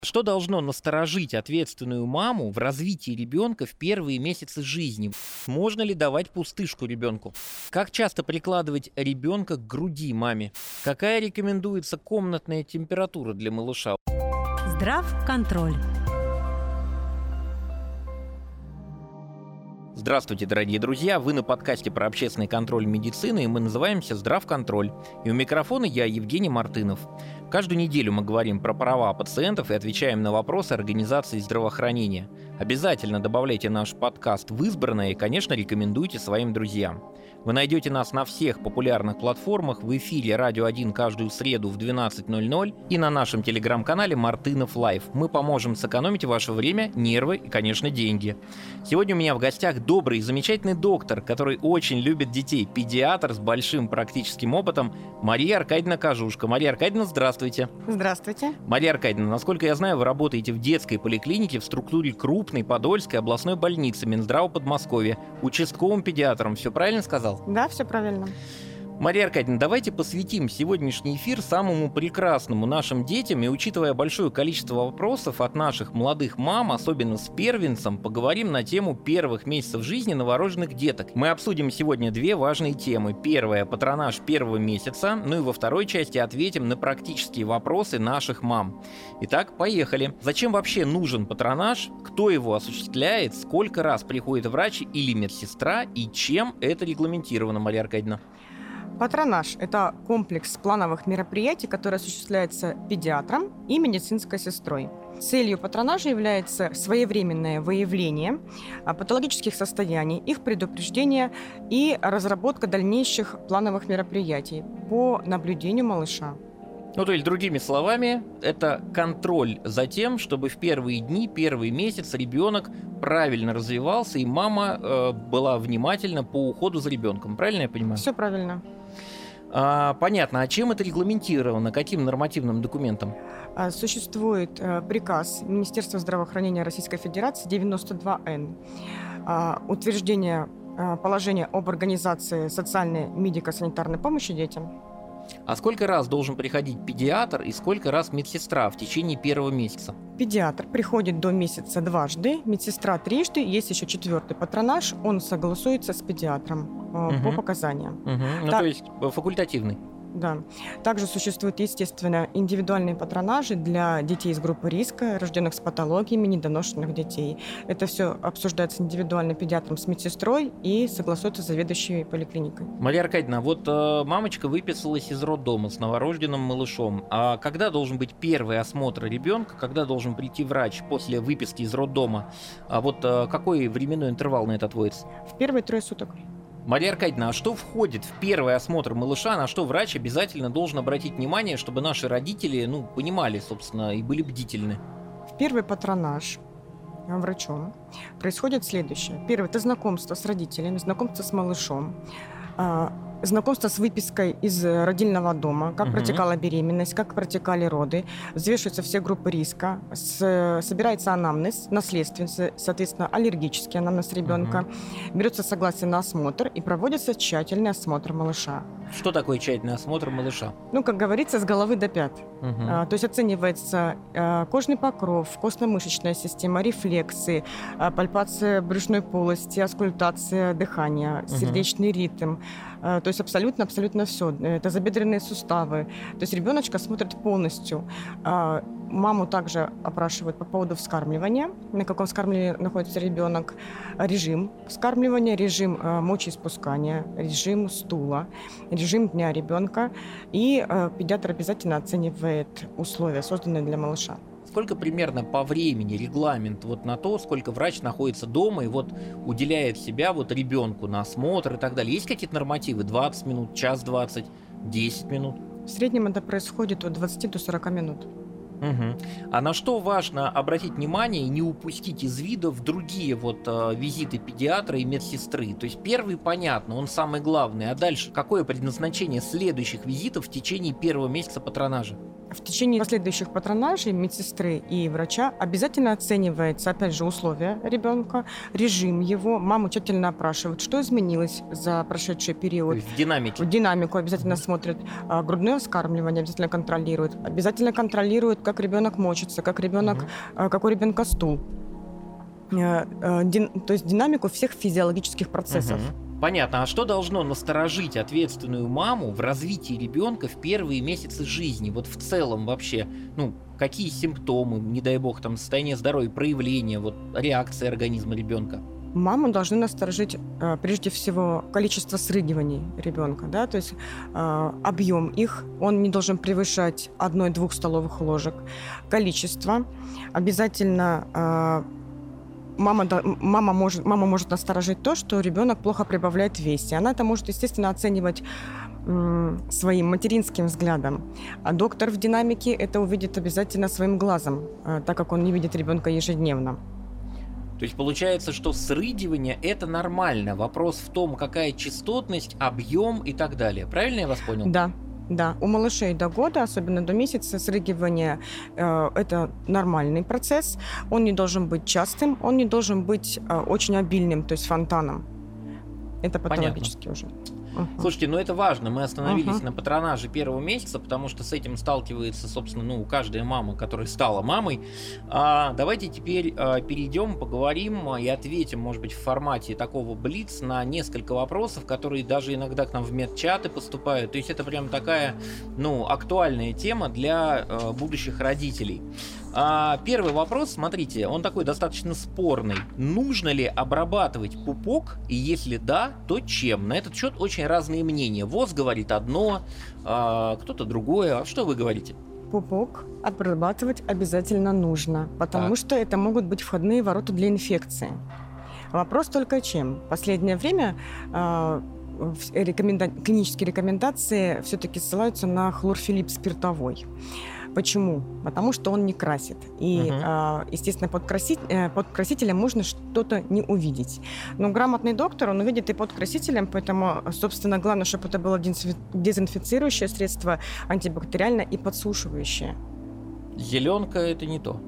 Что должно насторожить ответственную маму в развитии ребенка в первые месяцы жизни? Можно ли давать пустышку ребенку? Как часто прикладывать ребенка к груди маме? Какая рекомендуется комнатная температура для малыша? Здравконтроль. Здравствуйте, дорогие друзья! Вы на подкасте про общественный контроль медицины, и мы называемся «Здравконтроль». И у микрофона я, Евгений Мартынов. Каждую неделю мы говорим про права пациентов и отвечаем на вопросы организации здравоохранения. Обязательно добавляйте наш подкаст в избранное и, конечно, рекомендуйте своим друзьям. Вы найдете нас на всех популярных платформах, в эфире «Радио 1» каждую среду в 12:00 и на нашем телеграм-канале «Мартынов Лайв». Мы поможем сэкономить ваше время, нервы и, конечно, деньги. Сегодня у меня в гостях добрый и замечательный доктор, который очень любит детей, педиатр с большим практическим опытом Мария Аркадьевна Кожушко. Мария Аркадьевна, здравствуйте. Здравствуйте. Мария Аркадьевна, насколько я знаю, вы работаете в детской поликлинике в структуре крупной Подольской областной больницы Минздрава Подмосковья, участковым педиатром. Все правильно сказал? Да, все правильно. Мария Аркадьевна, давайте посвятим сегодняшний эфир самому прекрасному нашим детям, и, учитывая большое количество вопросов от наших молодых мам, особенно с первенцем, поговорим на тему первых месяцев жизни новорожденных деток. Мы обсудим сегодня две важные темы. Первая — патронаж первого месяца, ну и во второй части ответим на практические вопросы наших мам. Итак, поехали. Зачем вообще нужен патронаж? Кто его осуществляет? Сколько раз приходит врач или медсестра? И чем это регламентировано, Мария Аркадьевна? Патронаж – это комплекс плановых мероприятий, который осуществляется педиатром и медицинской сестрой. Целью патронажа является своевременное выявление патологических состояний, их предупреждение и разработка дальнейших плановых мероприятий по наблюдению малыша. Ну, то есть, другими словами, это контроль за тем, чтобы в первые дни, первый месяц ребенок правильно развивался, и мама была внимательна по уходу за ребенком. Правильно я понимаю? Все правильно. Понятно. А чем это регламентировано? Каким нормативным документом? Существует приказ Министерства здравоохранения Российской Федерации 92Н. Утверждение положения об организации социальной медико-санитарной помощи детям. А сколько раз должен приходить педиатр и сколько раз медсестра в течение первого месяца? Педиатр приходит до месяца дважды, медсестра трижды, есть еще четвертый патронаж, он согласуется с педиатром по показаниям. Ну, то есть факультативный. Да. Также существуют, естественно, индивидуальные патронажи для детей из группы риска, рожденных с патологиями, недоношенных детей. Это все обсуждается индивидуально педиатром с медсестрой и согласуется с заведующей поликлиникой. Мария Аркадьевна, вот мамочка выписалась из роддома с новорожденным малышом. А когда должен быть первый осмотр ребенка? Когда должен прийти врач после выписки из роддома? А вот какой временной интервал на это отводится? В первые 3 суток. Мария Аркадьевна, а что входит в первый осмотр малыша, на что врач обязательно должен обратить внимание, чтобы наши родители, понимали, собственно, и были бдительны? В первый патронаж врачом происходит следующее. Первое – это знакомство с родителями, знакомство с малышом, знакомство с выпиской из родильного дома, как протекала беременность, как протекали роды, взвешиваются все группы риска, собирается анамнез, наследственный, соответственно, аллергический анамнез ребенка, берется согласие на осмотр и проводится тщательный осмотр малыша. Что такое тщательный осмотр малыша? Как говорится, с головы до пят. То есть оценивается кожный покров, костно-мышечная система, рефлексы, пальпация брюшной полости, аскультация дыхания, сердечный ритм. То есть абсолютно все. Это тазобедренные суставы. То есть ребеночка смотрит полностью. Маму также опрашивают по поводу вскармливания, на каком вскармливании находится ребенок, режим вскармливания, режим мочеиспускания, режим стула, режим дня ребенка. И педиатр обязательно оценивает условия, созданные для малыша. Сколько примерно по времени регламент на то, сколько врач находится дома и уделяет себя ребенку на осмотр и так далее? Есть какие-то нормативы? 20 минут, час 20, 10 минут? В среднем это происходит от 20 до 40 минут. А на что важно обратить внимание и не упустить из вида в другие визиты педиатра и медсестры? То есть первый понятно, он самый главный, а дальше какое предназначение следующих визитов в течение первого месяца патронажа? в течение последующих патронажей медсестры и врача обязательно оценивается, опять же, условия ребенка, режим его. Маму тщательно опрашивают, что изменилось за прошедший период. То есть в динамике. В динамику обязательно смотрят. Грудное вскармливание обязательно контролируют. Обязательно контролируют, как ребенок мочится, какой у ребенка стул. То есть динамику всех физиологических процессов. Понятно. А что должно насторожить ответственную маму в развитии ребенка в первые месяцы жизни? Вот в целом вообще, какие симптомы, не дай бог, там состояние здоровья, проявления, реакции организма ребенка? Маму должны насторожить прежде всего количество срыгиваний ребенка, да, то есть объем их, он не должен превышать 1-2 столовых ложек. Количество обязательно. Мама может насторожить то, что ребенок плохо прибавляет в весе. Она это может, естественно, оценивать своим материнским взглядом. А доктор в динамике это увидит обязательно своим глазом, так как он не видит ребенка ежедневно. То есть получается, что срыгивание – это нормально. Вопрос в том, какая частотность, объем и так далее. Правильно я вас понял? Да, у малышей до года, особенно до месяца, срыгивание это нормальный процесс. Он не должен быть частым, он не должен быть очень обильным, то есть фонтаном. Это патологически уже. Слушайте, это важно. Мы остановились на патронаже первого месяца, потому что с этим сталкивается, собственно, каждая мама, которая стала мамой. Давайте теперь перейдем, поговорим и ответим, может быть, в формате такого блиц на несколько вопросов, которые даже иногда к нам в медчаты поступают. То есть это прям такая, актуальная тема для будущих родителей. Первый вопрос, смотрите, он такой достаточно спорный. Нужно ли обрабатывать пупок, и если да, то чем? На этот счет очень разные мнения. ВОЗ говорит одно, кто-то другое. А что вы говорите? Пупок обрабатывать обязательно нужно, потому что это могут быть входные ворота для инфекции. Вопрос только чем. В последнее время клинические рекомендации все-таки ссылаются на хлорфилип спиртовой. Почему? Потому что он не красит. И, естественно, под красителем можно что-то не увидеть. Но грамотный доктор, он увидит и под красителем, поэтому, собственно, главное, чтобы это было дезинфицирующее средство, антибактериальное и подсушивающее. Зеленка – это не то.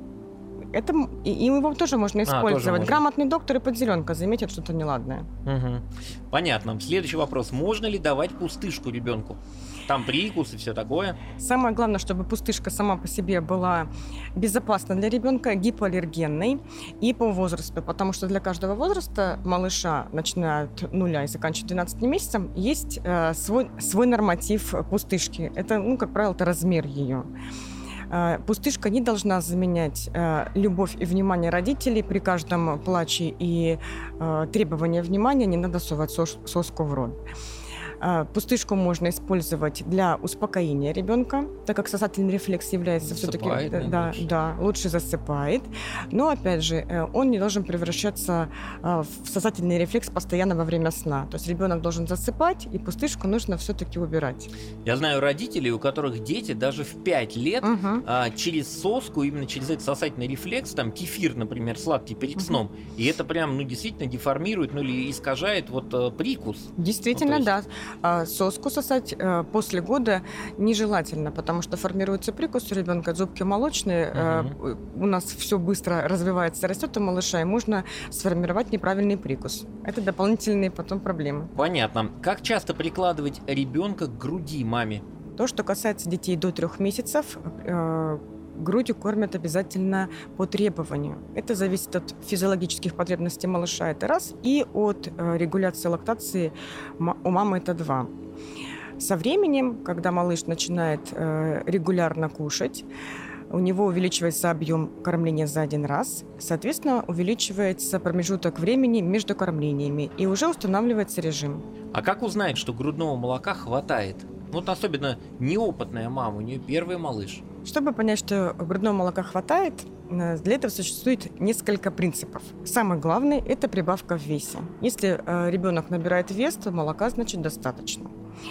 И его тоже можно использовать. Тоже можно. Грамотный доктор и подзеленка заметит что-то неладное. Понятно. Следующий вопрос. Можно ли давать пустышку ребенку? Там прикус и все такое. Самое главное, чтобы пустышка сама по себе была безопасна для ребенка, гипоаллергенной и по возрасту. Потому что для каждого возраста малыша, начиная от 0 и заканчивая 12 месяцем, есть свой норматив пустышки. Это, как правило, это размер ее. Пустышка не должна заменять любовь и внимание родителей при каждом плаче и требовании внимания. Не надо совать соску в рот. Пустышку можно использовать для успокоения ребенка, так как сосательный рефлекс является все-таки лучше засыпает. Но опять же, он не должен превращаться в сосательный рефлекс постоянно во время сна. То есть ребенок должен засыпать, и пустышку нужно все-таки убирать. Я знаю родителей, у которых дети даже в 5 лет через соску, именно через этот сосательный рефлекс, там кефир, например, сладкий перед сном, и это прям действительно деформирует, или искажает прикус. Действительно, да. Соску сосать после года нежелательно, потому что формируется прикус у ребенка, зубки молочные, у нас все быстро развивается, растет у малыша, и можно сформировать неправильный прикус. Это дополнительные потом проблемы. Понятно. Как часто прикладывать ребенка к груди маме? То, что касается детей до 3 месяцев, грудью кормят обязательно по требованию. Это зависит от физиологических потребностей малыша, это раз, и от регуляции лактации у мамы, это 2. Со временем, когда малыш начинает регулярно кушать, у него увеличивается объем кормления за один раз, соответственно, увеличивается промежуток времени между кормлениями, и уже устанавливается режим. А как узнать, что грудного молока хватает? Особенно неопытная мама, у нее первый малыш. Чтобы понять, что грудного молока хватает, для этого существует несколько принципов. Самый главный – это прибавка в весе. Если ребенок набирает вес, то молока, значит, достаточно.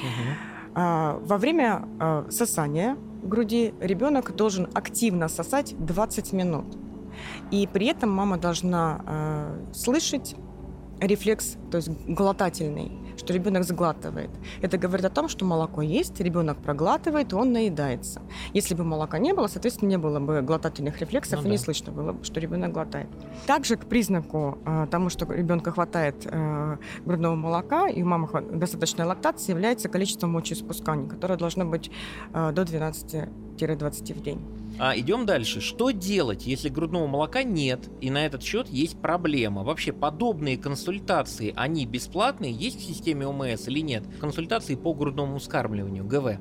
Во время сосания груди ребенок должен активно сосать 20 минут. И при этом мама должна слышать рефлекс, то есть глотательный, что ребенок сглатывает. Это говорит о том, что молоко есть, ребенок проглатывает, и он наедается. Если бы молока не было, соответственно, не было бы глотательных рефлексов, и не слышно было бы, что ребенок глотает. Также к признаку тому, что ребенка хватает грудного молока, и у мамы достаточной лактации, является количество мочеиспусканий, которое должно быть до 12-20 в день. Идем дальше. Что делать, если грудного молока нет, и на этот счет есть проблема? Вообще, подобные консультации, они бесплатные, есть в системе ОМС или нет? Консультации по грудному вскармливанию, ГВ.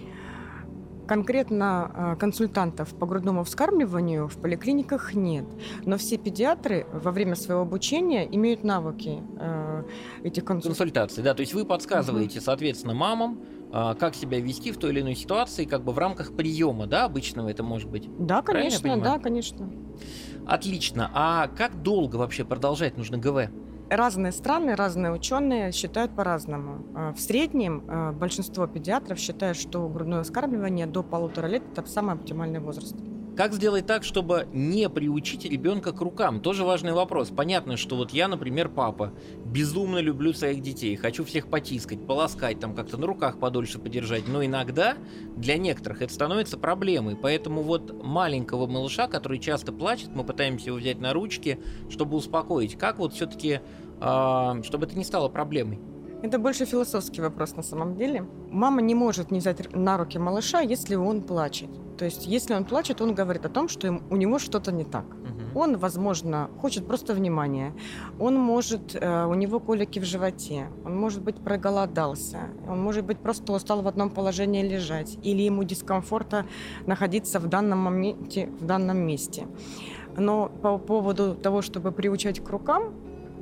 Конкретно консультантов по грудному вскармливанию в поликлиниках нет. Но все педиатры во время своего обучения имеют навыки этих консультаций. Да, то есть вы подсказываете, соответственно, мамам, как себя вести в той или иной ситуации, как бы в рамках приема, да, обычного это может быть? Да, конечно, да, конечно. Отлично. А как долго вообще продолжать нужно ГВ? Разные страны, разные ученые считают по-разному. В среднем большинство педиатров считают, что грудное вскармливание до 1,5 лет – это самый оптимальный возраст. Как сделать так, чтобы не приучить ребенка к рукам? Тоже важный вопрос. Понятно, что вот я, например, папа, безумно люблю своих детей, хочу всех потискать, поласкать, там как-то на руках подольше подержать, но иногда для некоторых это становится проблемой, поэтому вот маленького малыша, который часто плачет, мы пытаемся его взять на ручки, чтобы успокоить. Как вот все-таки, чтобы это не стало проблемой? Это больше философский вопрос на самом деле. Мама не может не взять на руки малыша, если он плачет. То есть, если он плачет, он говорит о том, что у него что-то не так. Он, возможно, хочет просто внимания. Он может, у него колики в животе. Он, может быть, проголодался. Он, может быть, просто устал в одном положении лежать. Или ему дискомфортно находиться в данном моменте, в данном месте. Но по поводу того, чтобы приучать к рукам,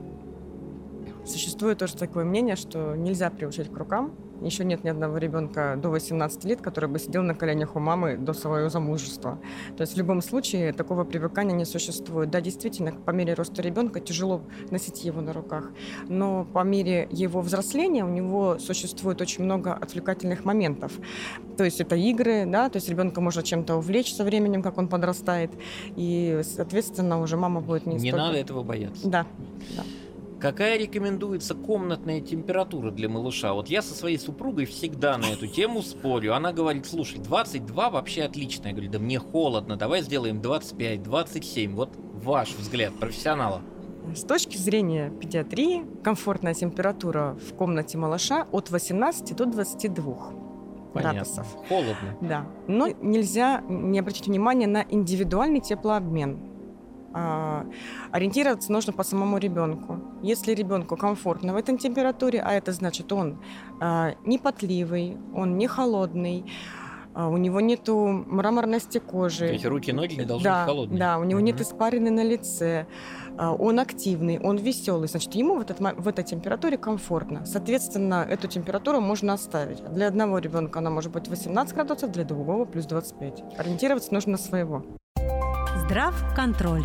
существует тоже такое мнение, что нельзя приучать к рукам. Еще нет ни одного ребенка до 18 лет, который бы сидел на коленях у мамы до своего замужества. То есть в любом случае такого привыкания не существует. Да, действительно, по мере роста ребенка тяжело носить его на руках, но по мере его взросления у него существует очень много отвлекательных моментов. То есть это игры, да, то есть ребенка можно чем-то увлечь со временем, как он подрастает, и, соответственно, уже мама будет не столько... надо этого бояться. Да. Какая рекомендуется комнатная температура для малыша? Вот я со своей супругой всегда на эту тему спорю. Она говорит: слушай, 22 вообще отлично. Я говорю: да мне холодно, давай сделаем 25, 27. Вот ваш взгляд профессионала. С точки зрения педиатрии, комфортная температура в комнате малыша от 18 до 22 градусов. Холодно. Да. Но нельзя не обратить внимание на индивидуальный теплообмен. Ориентироваться нужно по самому ребенку. Если ребенку комфортно в этой температуре, а это значит, он не потливый, он не холодный, у него нету мраморности кожи. То есть руки и ноги не должны быть холодные. Да, у него нет испарины на лице, он активный, он веселый, значит, ему в этой температуре комфортно. Соответственно, эту температуру можно оставить. Для одного ребенка она может быть 18 градусов, для другого плюс 25. Ориентироваться нужно на своего. Здравконтроль.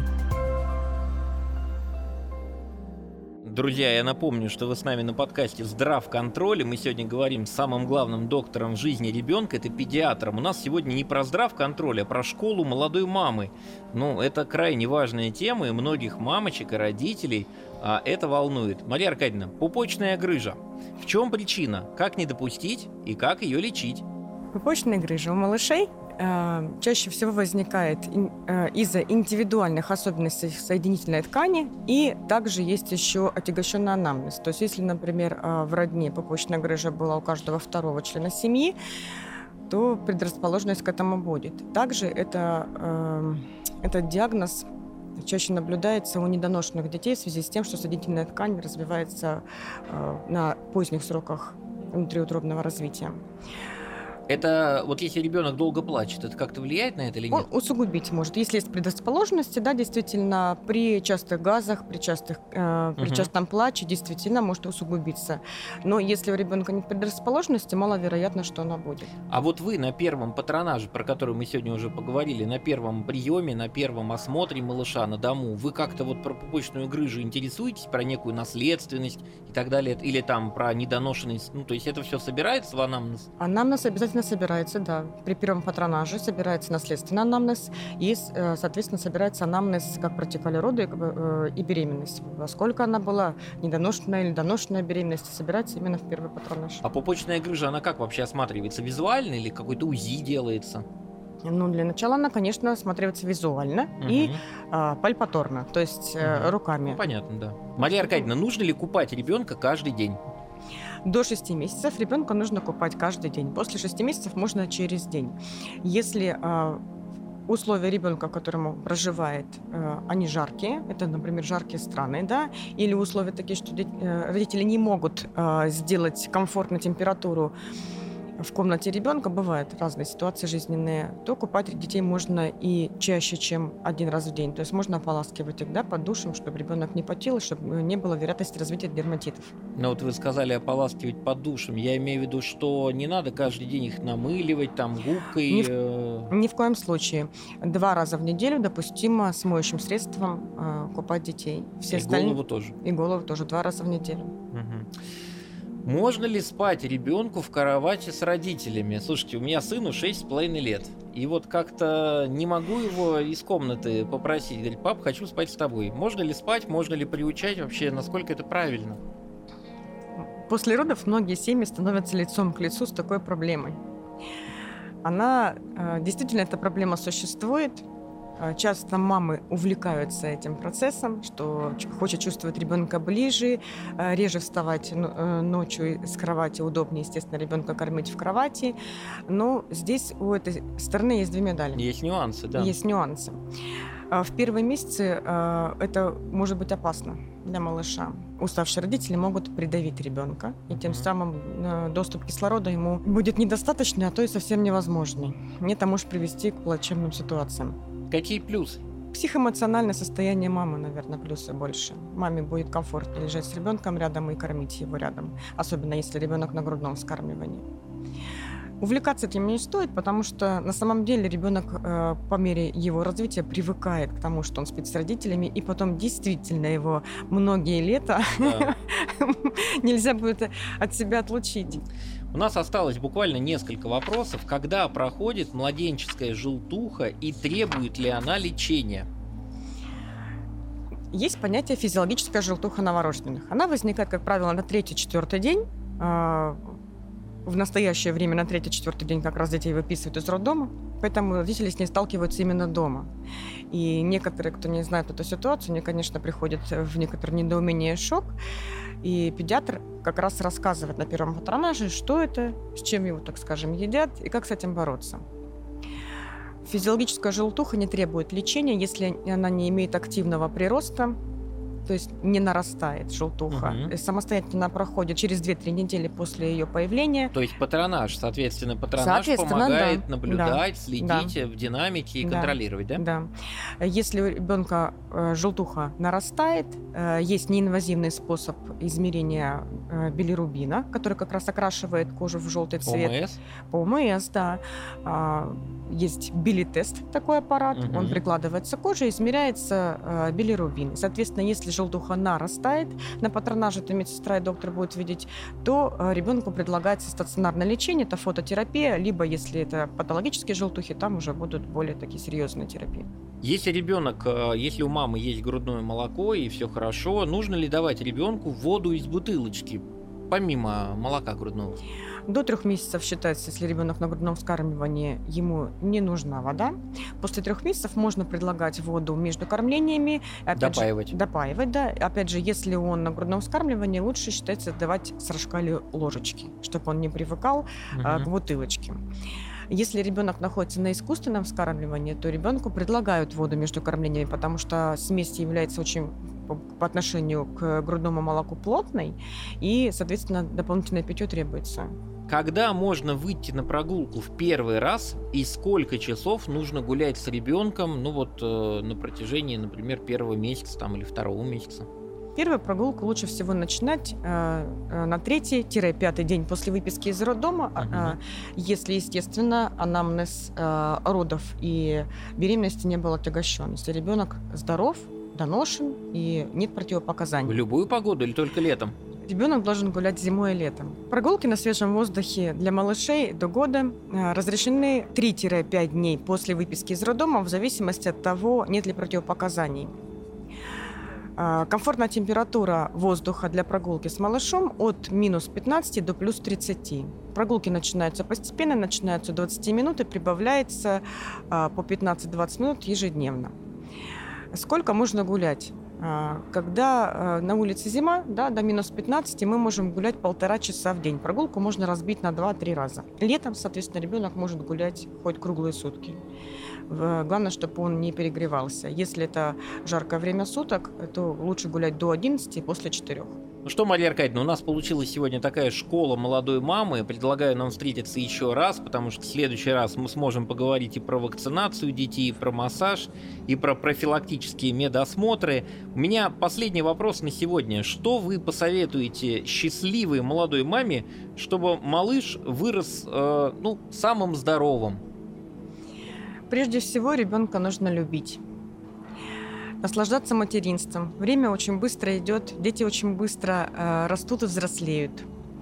Друзья, я напомню, что вы с нами на подкасте «Здравконтроль», и мы сегодня говорим с самым главным доктором в жизни ребенка, это педиатром. У нас сегодня не про здравконтроль, а про школу молодой мамы. Ну, это крайне важная тема, и многих мамочек и родителей это волнует. Мария Аркадьевна, пупочная грыжа. В чем причина? Как не допустить и как ее лечить? Пупочная грыжа у малышей чаще всего возникает из-за индивидуальных особенностей соединительной ткани, и также есть еще отягощенный анамнез. То есть если, например, в родне пупочная грыжа была у каждого второго члена семьи, то предрасположенность к этому будет. Также этот диагноз чаще наблюдается у недоношенных детей в связи с тем, что соединительная ткань развивается на поздних сроках внутриутробного развития. Это вот если ребенок долго плачет, это как-то влияет на это или нет? Он усугубить может. Если есть предрасположенности, да, действительно, при частых газах, при частом плаче действительно может усугубиться. Но если у ребенка нет предрасположенности, маловероятно, что она будет. А вот вы на первом патронаже, про который мы сегодня уже поговорили, на первом приеме, на первом осмотре малыша на дому, вы как-то вот про пупочную грыжу интересуетесь, про некую наследственность и так далее, или там про недоношенность? Ну, то есть это все собирается в анамнез? Анамнез обязательно Соответственно, собирается, да, при первом патронаже собирается наследственный анамнез и, соответственно, собирается анамнез, как протекали роды и беременность. Сколько она была, недоношенная или доношенная беременность, собирается именно в первый патронаж. А пупочная грыжа, она как вообще осматривается? Визуально или какой-то УЗИ делается? Ну, для начала она, конечно, осматривается визуально и пальпаторно, то есть руками. Ну, понятно, да. Мария Аркадьевна, нужно ли купать ребенка каждый день? До 6 месяцев ребенка нужно купать каждый день. После 6 месяцев можно через день. Если условия ребенка, в котором проживает, они жаркие, это, например, жаркие страны, да, или условия такие, что родители не могут сделать комфортную температуру в комнате ребенка, бывают разные ситуации жизненные, то купать детей можно и чаще, чем один раз в день. То есть можно ополаскивать их, да, под душем, чтобы ребенок не потел, чтобы не было вероятности развития дерматитов. Ну вот вы сказали ополаскивать под душем. Я имею в виду, что не надо каждый день их намыливать там губкой. Ни в коем случае. 2 раза в неделю допустимо с моющим средством купать детей. Все остальные... голову тоже? И голову тоже 2 раза в неделю. Можно ли спать ребенку в кровати с родителями? Слушайте, у меня сыну 6,5 лет. И вот как-то не могу его из комнаты попросить. Говорит, пап, хочу спать с тобой. Можно ли спать, можно ли приучать вообще? Насколько это правильно? После родов многие семьи становятся лицом к лицу с такой проблемой. Действительно, эта проблема существует. Часто мамы увлекаются этим процессом, что хочет чувствовать ребенка ближе, реже вставать ночью с кровати, удобнее, естественно, ребенка кормить в кровати. Но здесь у этой стороны есть 2 медали. Есть нюансы, да. Есть нюансы. В первые месяцы это может быть опасно для малыша. Уставшие родители могут придавить ребенка, и тем самым доступ кислорода ему будет недостаточный, а то и совсем невозможный. Это может привести к плачевным ситуациям. Какие плюсы? Психоэмоциональное состояние мамы, наверное, плюсы больше. Маме будет комфортно лежать с ребенком рядом и кормить его рядом, особенно если ребенок на грудном вскармливании. Увлекаться этим не стоит, потому что на самом деле ребенок по мере его развития привыкает к тому, что он спит с родителями, и потом действительно его многие лета нельзя будет от себя отлучить. У нас осталось буквально несколько вопросов. Когда проходит младенческая желтуха и требует ли она лечения? Есть понятие физиологическая желтуха новорожденных. Она возникает, как правило, на 3-4 день. В настоящее время на 3-4 день как раз детей выписывают из роддома, поэтому родители с ней сталкиваются именно дома. И некоторые, кто не знает эту ситуацию, они, конечно, приходят в некоторое недоумение и шок. И педиатр как раз рассказывает на первом патронаже, что это, с чем его, так скажем, едят и как с этим бороться. Физиологическая желтуха не требует лечения, если она не имеет активного прироста, то есть не нарастает желтуха. Самостоятельно проходит через 2-3 недели после ее появления. То есть патронаж, соответственно, помогает наблюдать, следить в динамике и контролировать, да? Да. Если у ребенка желтуха нарастает, есть неинвазивный способ измерения билирубина, который как раз окрашивает кожу в желтый цвет. ОМС? ОМС, да. Есть билитест, такой аппарат, он прикладывается к коже, измеряется билирубин. Соответственно, если желтуха нарастает на патронаже, то медсестра и доктор будут видеть, то ребенку предлагается стационарное лечение, это фототерапия, либо, если это патологические желтухи, там уже будут более такие серьезные терапии. Если ребенок, если у мамы есть грудное молоко и все хорошо, нужно ли давать ребенку воду из бутылочки, помимо молока грудного? До 3 месяцев считается, если ребенок на грудном вскармливании, ему не нужна вода. После 3 месяцев можно предлагать воду между кормлениями. Допаивать. Допаивать, да. Опять же, если он на грудном вскармливании, лучше считается давать с рожка или ложечки, чтобы он не привыкал к бутылочке. Если ребенок находится на искусственном вскармливании, то ребенку предлагают воду между кормлениями, потому что смесь является очень по отношению к грудному молоку плотной, и, соответственно, дополнительное питье требуется. Когда можно выйти на прогулку в первый раз и сколько часов нужно гулять с ребенком, на протяжении, например, 1-го месяца или 2-го месяца? Первую прогулку лучше всего начинать на 3-5 день после выписки из роддома, если, естественно, анамнез родов и беременности не был отягощен. Если ребенок здоров, доношен и нет противопоказаний. В любую погоду или только летом? Ребенок должен гулять зимой и летом. Прогулки на свежем воздухе для малышей до года разрешены 3-5 дней после выписки из роддома в зависимости от того, нет ли противопоказаний. Комфортная температура воздуха для прогулки с малышом от минус 15 до плюс 30. Прогулки начинаются постепенно, начинаются 20 минут и прибавляется по 15-20 минут ежедневно. Сколько можно гулять? Когда на улице зима, да, до минус 15, мы можем гулять 1,5 часа в день. Прогулку можно разбить на 2-3 раза. Летом, соответственно, ребенок может гулять хоть круглые сутки. Главное, чтобы он не перегревался. Если это жаркое время суток, то лучше гулять до 11 и после 4. Ну что, Мария Аркадьевна, у нас получилась сегодня такая школа молодой мамы. Предлагаю нам встретиться еще раз, потому что в следующий раз мы сможем поговорить и про вакцинацию детей, и про массаж, и про профилактические медосмотры. У меня последний вопрос на сегодня. Что вы посоветуете счастливой молодой маме, чтобы малыш вырос самым здоровым? Прежде всего, ребенка нужно любить. Наслаждаться материнством. Время очень быстро идет, дети очень быстро растут и взрослеют.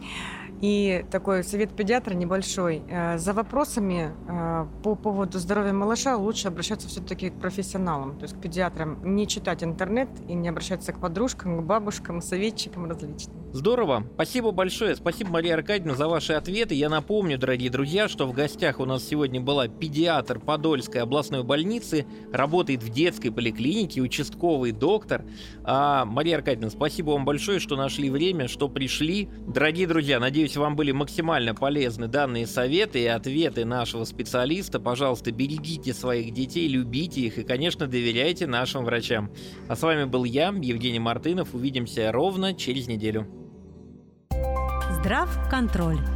И такой совет педиатра небольшой. За вопросами по поводу здоровья малыша лучше обращаться все-таки к профессионалам, то есть к педиатрам. Не читать интернет и не обращаться к подружкам, к бабушкам, советчикам различным. Здорово. Спасибо большое. Спасибо, Мария Аркадьевна, за ваши ответы. Я напомню, дорогие друзья, что в гостях у нас сегодня была педиатр Подольской областной больницы, работает в детской поликлинике, участковый доктор. Мария Аркадьевна, спасибо вам большое, что нашли время, что пришли. Дорогие друзья, надеюсь, вам были максимально полезны данные советы и ответы нашего специалиста. Пожалуйста, берегите своих детей, любите их и, конечно, доверяйте нашим врачам. А с вами был я, Евгений Мартынов. Увидимся ровно через неделю. Здравконтроль.